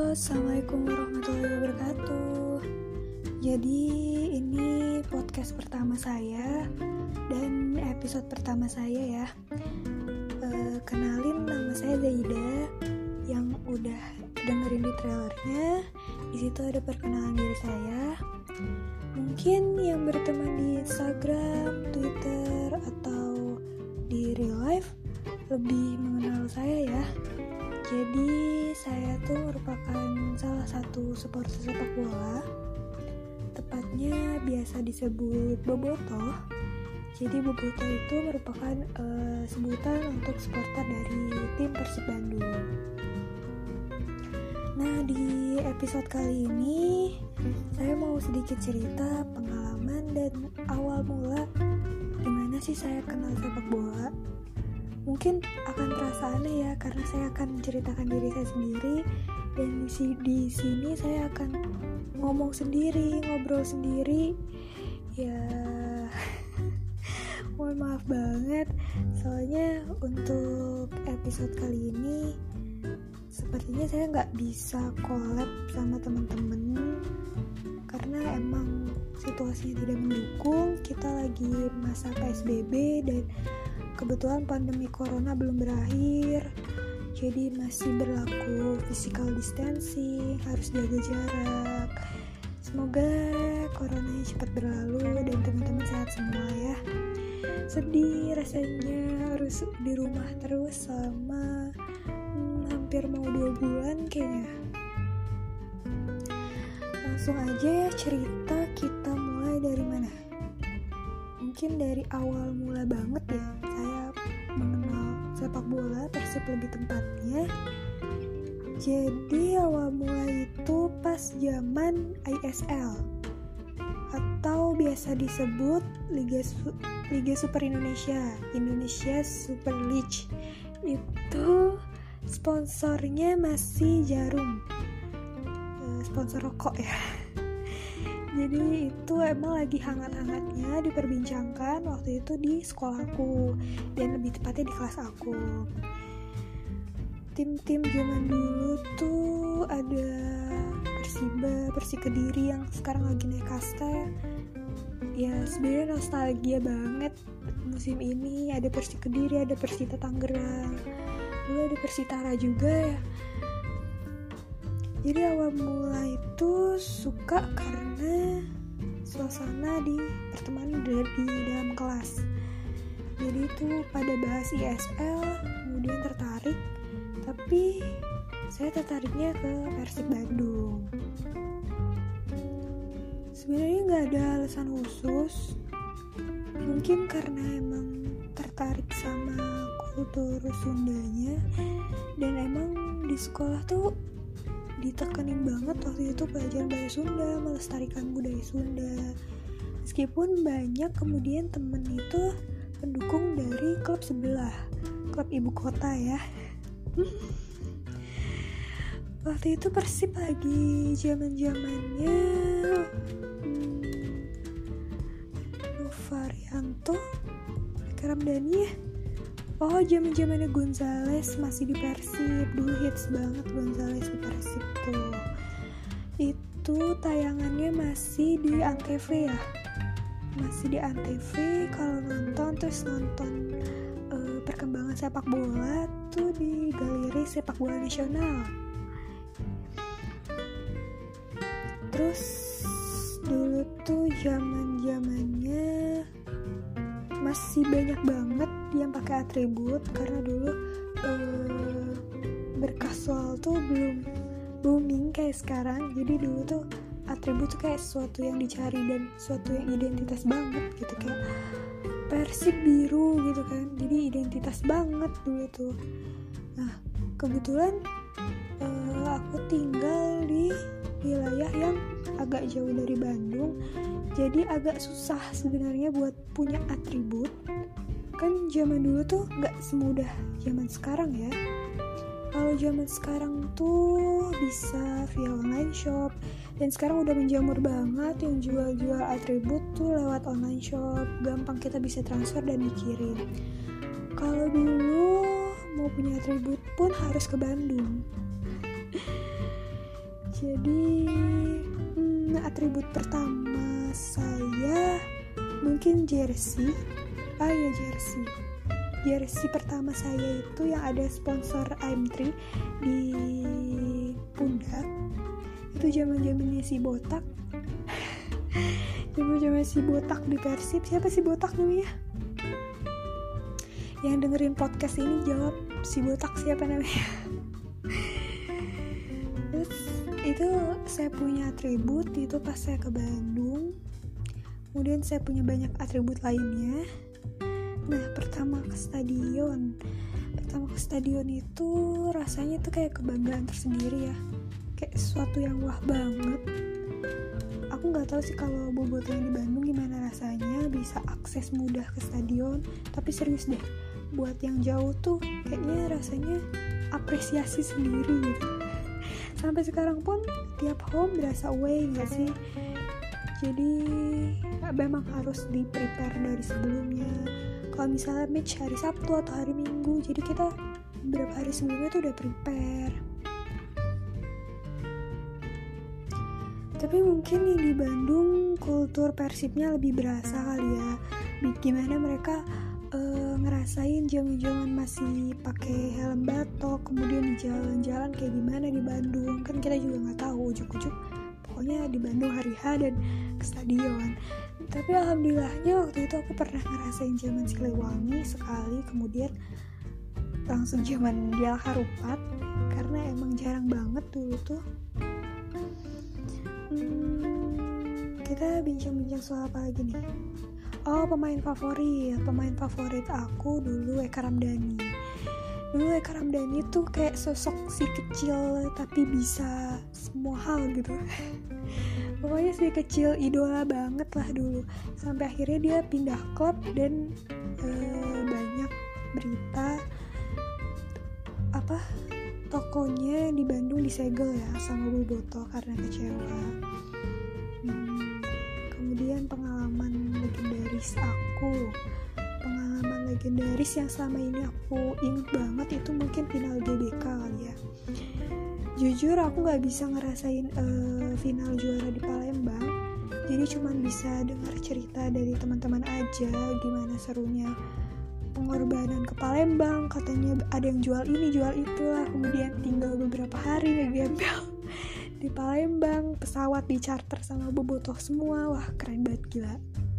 Assalamualaikum warahmatullahi wabarakatuh. Jadi ini podcast pertama saya dan episode pertama saya ya. Kenalin, nama saya Zaida. Yang udah dengerin di trailernya, di situ ada perkenalan diri saya. Mungkin yang berteman di Instagram, Twitter, atau di real life lebih mengenal saya ya. Jadi saya tuh merupakan salah satu supporter sepak bola, tepatnya biasa disebut bobotoh. Jadi bobotoh itu merupakan sebutan untuk supporter dari tim Persib Bandung. Nah, di episode kali ini saya mau sedikit cerita pengalaman dan awal mula gimana sih saya kenal sepak bola. Mungkin akan terasa aneh ya, karena saya akan menceritakan diri saya sendiri, dan di sini saya akan ngomong sendiri, ngobrol sendiri. Ya, mohon maaf banget, soalnya untuk episode kali ini sepertinya saya nggak bisa collab sama teman-teman karena emang situasinya tidak mendukung. Kita lagi masa PSBB dan kebetulan pandemi corona belum berakhir, jadi masih berlaku physical distancing, harus jaga jarak. Semoga coronanya cepat berlalu dan teman-teman sehat semua ya. Sedih rasanya harus di rumah terus selama hampir mau 2 bulan kayaknya. Langsung aja ya, cerita kita mulai dari mana? Mungkin dari awal mula banget ya saya mengenal sepak bola, Persib lebih tempatnya. Jadi awal mula itu pas zaman ISL atau biasa disebut Liga Super Indonesia Super League. Itu sponsornya masih Jarum, sponsor rokok ya. Jadi itu emang lagi hangat-hangatnya diperbincangkan waktu itu di sekolahku, dan lebih tepatnya di kelas aku. Tim-tim zaman dulu tuh ada Persiba, Persik Kediri yang sekarang lagi naik kasta. Ya sebenarnya nostalgia banget musim ini. Ada Persik Kediri, ada Persita Tangerang, dulu ada Persitara juga ya. Jadi awal mula itu suka karena suasana di pertemanan di dalam kelas. Jadi itu pada bahas ISL, kemudian tertarik. Tapi saya tertariknya ke Persib Bandung. Sebenarnya nggak ada alasan khusus. Mungkin karena emang tertarik sama kultur Sundanya, dan emang di sekolah tuh ditekanin banget waktu itu pelajaran bahasa Sunda, melestarikan budaya Sunda. Meskipun banyak kemudian temen itu pendukung dari klub sebelah, klub ibu kota ya. Waktu itu Persib lagi zaman-zamannya Novarianto, Ramdhani ya. Oh, zaman-zamannya Gonzales masih di Persib. Dulu hits banget Gonzales di Persib tuh. Itu tayangannya masih di Antv ya. Masih di Antv. Kalau nonton terus nonton perkembangan sepak bola tuh di Galeri Sepak Bola Nasional. Terus dulu tuh zaman-zamannya masih banyak banget yang pakai atribut, karena dulu berkasual tuh belum booming kayak sekarang. Jadi dulu tuh atribut tuh kayak sesuatu yang dicari dan sesuatu yang identitas banget gitu, kayak Persib biru gitu kan. Jadi identitas banget dulu tuh. Nah, kebetulan aku tinggal di wilayah yang agak jauh dari Bandung, jadi agak susah sebenarnya buat punya atribut. Kan zaman dulu tuh gak semudah zaman sekarang ya. Kalau zaman sekarang tuh bisa via online shop, dan sekarang udah menjamur banget yang jual-jual atribut tuh lewat online shop. Gampang kita bisa transfer dan dikirim. Kalau dulu mau punya atribut pun harus ke Bandung. Jadi atribut pertama saya mungkin jersey. Jersey pertama saya itu yang ada sponsor AM3 di pundak. Itu zaman-zamannya si Botak. Zaman-zaman si Botak di Persib. Siapa si Botak namanya? Yang dengerin podcast ini jawab, si Botak siapa namanya? Terus itu saya punya atribut itu pas saya ke Bandung. Kemudian saya punya banyak atribut lainnya. Nah, pertama ke stadion itu rasanya tuh kayak kebanggaan tersendiri ya, kayak sesuatu yang wah banget. Aku nggak tahu sih kalau bobotoh yang di Bandung gimana rasanya bisa akses mudah ke stadion, tapi serius deh, buat yang jauh tuh kayaknya rasanya apresiasi sendiri gitu. Sampai sekarang pun tiap home berasa away nggak sih? Jadi memang harus di-prepare dari sebelumnya. Kalau misalnya match hari Sabtu atau hari Minggu, jadi kita beberapa hari sebelumnya tuh udah prepare. Tapi mungkin di Bandung kultur Persibnya lebih berasa kali ya. Gimana mereka ngerasain zaman-zaman masih pakai helm batok, kemudian di jalan-jalan kayak gimana di Bandung. Kan kita juga nggak tahu ujuk-ujuk. Pokoknya di Bandung hari H dan ke stadion. Tapi alhamdulillahnya waktu itu aku pernah ngerasain zaman Siliwangi sekali, kemudian langsung zaman Dial Harupat, karena emang jarang banget dulu tuh. Kita bincang-bincang soal apa lagi nih? Oh, pemain favorit aku dulu Eka Ramdhani. Dulu Eka Ramdhani tuh kayak sosok si kecil tapi bisa semua hal gitu. Pokoknya si kecil idola banget lah dulu. Sampai akhirnya dia pindah klub dan banyak berita tokonya di Bandung disegel ya sama Bobotoh karena kecewa. Kemudian pengalaman legendaris yang selama ini aku ingat banget itu mungkin final GBK kali ya. Jujur aku gak bisa ngerasain final juara di Palembang, jadi cuman bisa dengar cerita dari teman-teman aja gimana serunya pengorbanan ke Palembang. Katanya ada yang jual ini jual itu lah, kemudian tinggal beberapa hari ngegembel di Palembang, pesawat di-charter sama Bobotoh semua. Wah keren banget, gila.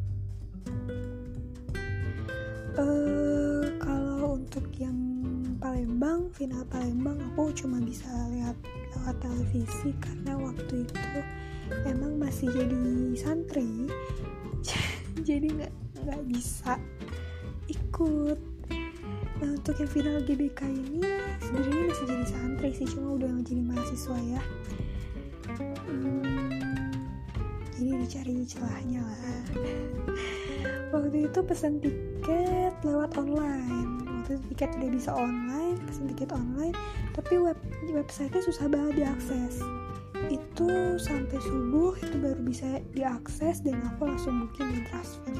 Kalau untuk yang Palembang, final Palembang aku cuma bisa lihat lewat televisi karena waktu itu emang masih jadi santri jadi nggak bisa ikut. Nah untuk yang final GBK ini sebenarnya masih jadi santri sih, cuma udah jadi mahasiswa ya. Jadi dicari celahnya lah. Waktu itu pesan tiket lewat online. Waktu itu tiket udah bisa online, pesan tiket online, tapi website-nya susah banget diakses. Itu sampai subuh itu baru bisa diakses dan aku langsung booking dan transfer.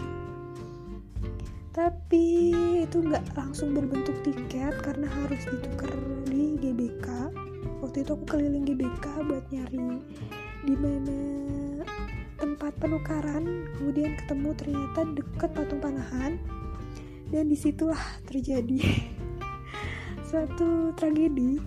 Tapi itu nggak langsung berbentuk tiket karena harus ditukar di GBK. Waktu itu aku keliling GBK buat nyari di mana tempat penukaran, kemudian ketemu ternyata deket Patung Panahan, dan disitulah terjadi suatu tragedi.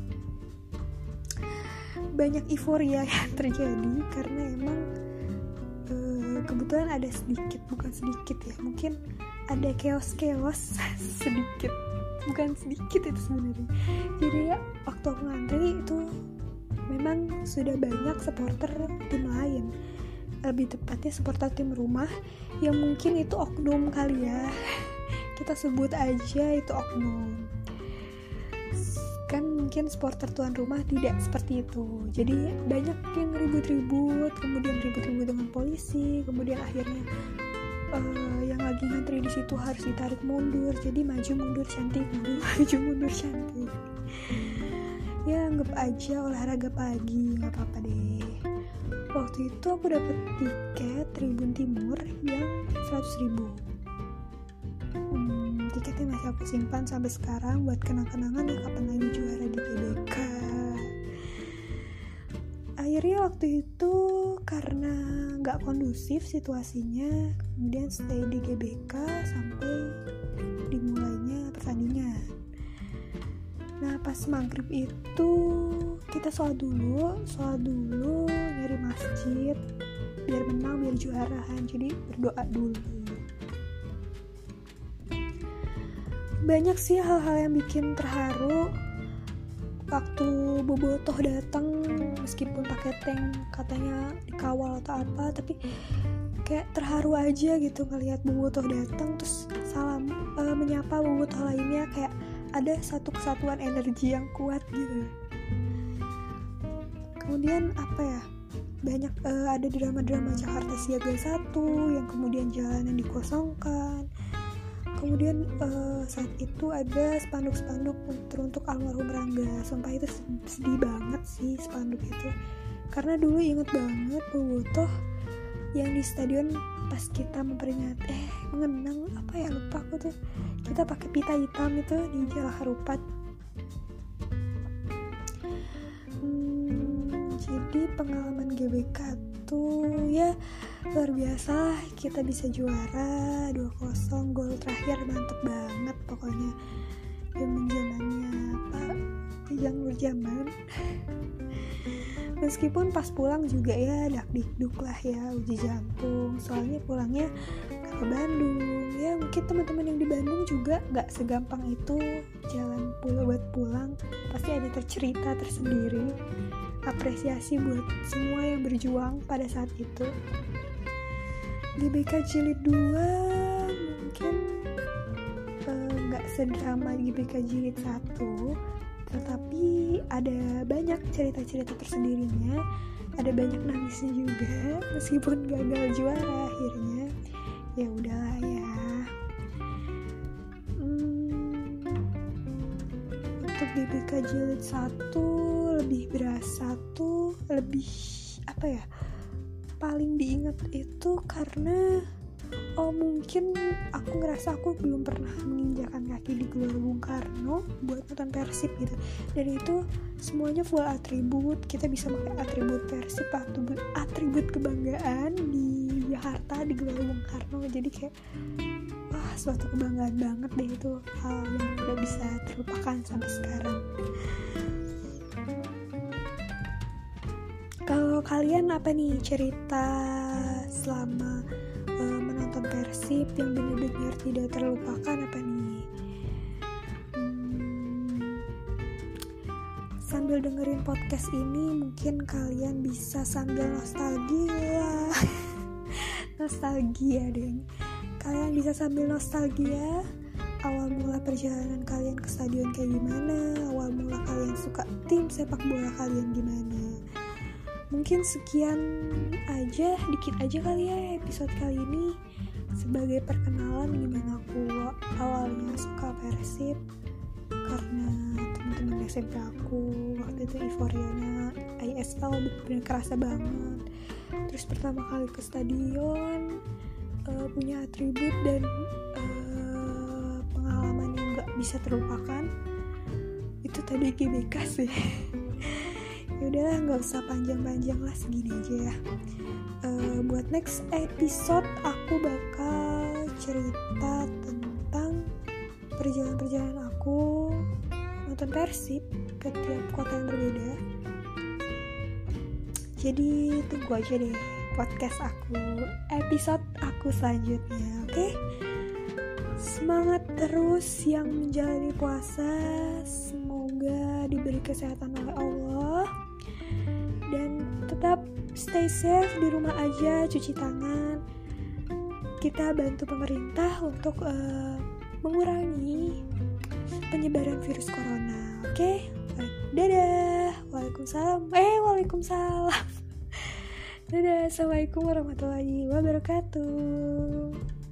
Banyak euforia yang terjadi karena emang kebetulan ada bukan sedikit ya, mungkin ada chaos sedikit, bukan sedikit itu sebenarnya. Jadi ya, waktu aku ngantri itu memang sudah banyak supporter tim lain, lebih tepatnya supporter tim rumah yang mungkin itu oknum kali ya. Kita sebut aja itu oknum. Kan mungkin supporter tuan rumah tidak seperti itu. Jadi banyak yang ribut-ribut, kemudian ribut-ribut dengan polisi, kemudian akhirnya yang lagi ngantri di situ harus ditarik mundur. Jadi maju mundur cantik, maju mundur cantik. Ya anggap aja olahraga pagi, nggak apa-apa deh. Waktu itu aku dapet tiket Tribun Timur yang 100.000. Tiketnya masih aku simpan sampai sekarang buat kenang-kenangan ya kapan lagi juara di GBK. akhirnya waktu itu karena gak kondusif situasinya, kemudian stay di GBK sampai dimulainya pertandingan. Nah pas maghrib itu kita sholat dulu nyari masjid biar menang, biar juaraan, jadi berdoa dulu. Banyak sih hal-hal yang bikin terharu waktu Bobotoh datang, meskipun pakai tank katanya dikawal atau apa, tapi kayak terharu aja gitu ngelihat Bobotoh datang terus salam menyapa Bobotoh lainnya, kayak ada satu kesatuan energi yang kuat gitu. Kemudian apa ya, banyak ada drama-drama Jakarta Siaga 1 yang kemudian jalanan dikosongkan. Kemudian saat itu ada spanduk-spanduk teruntuk almarhum Rangga. Sumpah itu sedih banget sih spanduk itu, karena dulu inget banget Bobotoh yang di stadion pas kita memperingati mengenang apa ya, lupa aku tuh, kita pakai pita hitam itu di Jalan Harupat. Jadi pengalaman GBK tuh ya luar biasa, kita bisa juara 2-0, gol terakhir mantep banget pokoknya. Zamannya Pak Ijang Nurjaman. Meskipun pas pulang juga ya dak-dikduk lah ya, uji jantung, soalnya pulangnya ke Bandung. Ya mungkin teman-teman yang di Bandung juga gak segampang itu jalan buat pulang, pasti ada cerita tersendiri. Apresiasi buat semua yang berjuang pada saat itu. GBK Jilid 2 mungkin gak sedrama GBK Jilid 1, tetapi ada banyak cerita-cerita tersendirinya, ada banyak nangisnya juga, meskipun gagal juara akhirnya. Ya udahlah ya. Untuk GBK Jilid 1 lebih berasa tuh, lebih apa ya, paling diingat itu karena mungkin aku ngerasa aku belum pernah menginjakan kaki di Gelora Bung Karno buat nonton Persib gitu, dan itu semuanya full atribut, kita bisa pakai atribut Persib, atribut kebanggaan di Jakarta di Gelora Bung Karno. Jadi kayak wah, suatu kebanggaan banget deh, itu hal yang gak bisa terlupakan sampai sekarang. Kalau kalian apa nih cerita selama menonton Persib yang benar-benar tidak terlupakan apa nih? Sambil dengerin podcast ini mungkin kalian bisa sambil nostalgia deh. Kalian bisa sambil nostalgia awal mula perjalanan kalian ke stadion kayak gimana, awal mula kalian suka tim sepak bola kalian gimana. Mungkin sekian aja, dikit aja kali ya episode kali ini sebagai perkenalan gimana aku awalnya suka Persib, karena teman-teman SMP aku waktu itu euforianya ISL bener-bener kerasa banget. Terus pertama kali ke stadion punya atribut dan pengalaman yang gak bisa terlupakan itu tadi GBK sih. Yaudahlah, nggak usah panjang-panjang lah, segini aja ya. Buat next episode aku bakal cerita tentang perjalanan aku nonton Persib ke tiap kota yang berbeda. Jadi tunggu aja deh podcast aku, episode aku selanjutnya, oke? Semangat terus yang menjalani puasa, semoga diberi kesehatan oleh Allah, dan tetap stay safe di rumah aja, cuci tangan. Kita bantu pemerintah untuk mengurangi penyebaran virus corona, oke? Dadah, waalaikumsalam. Dadah, assalamualaikum warahmatullahi wabarakatuh.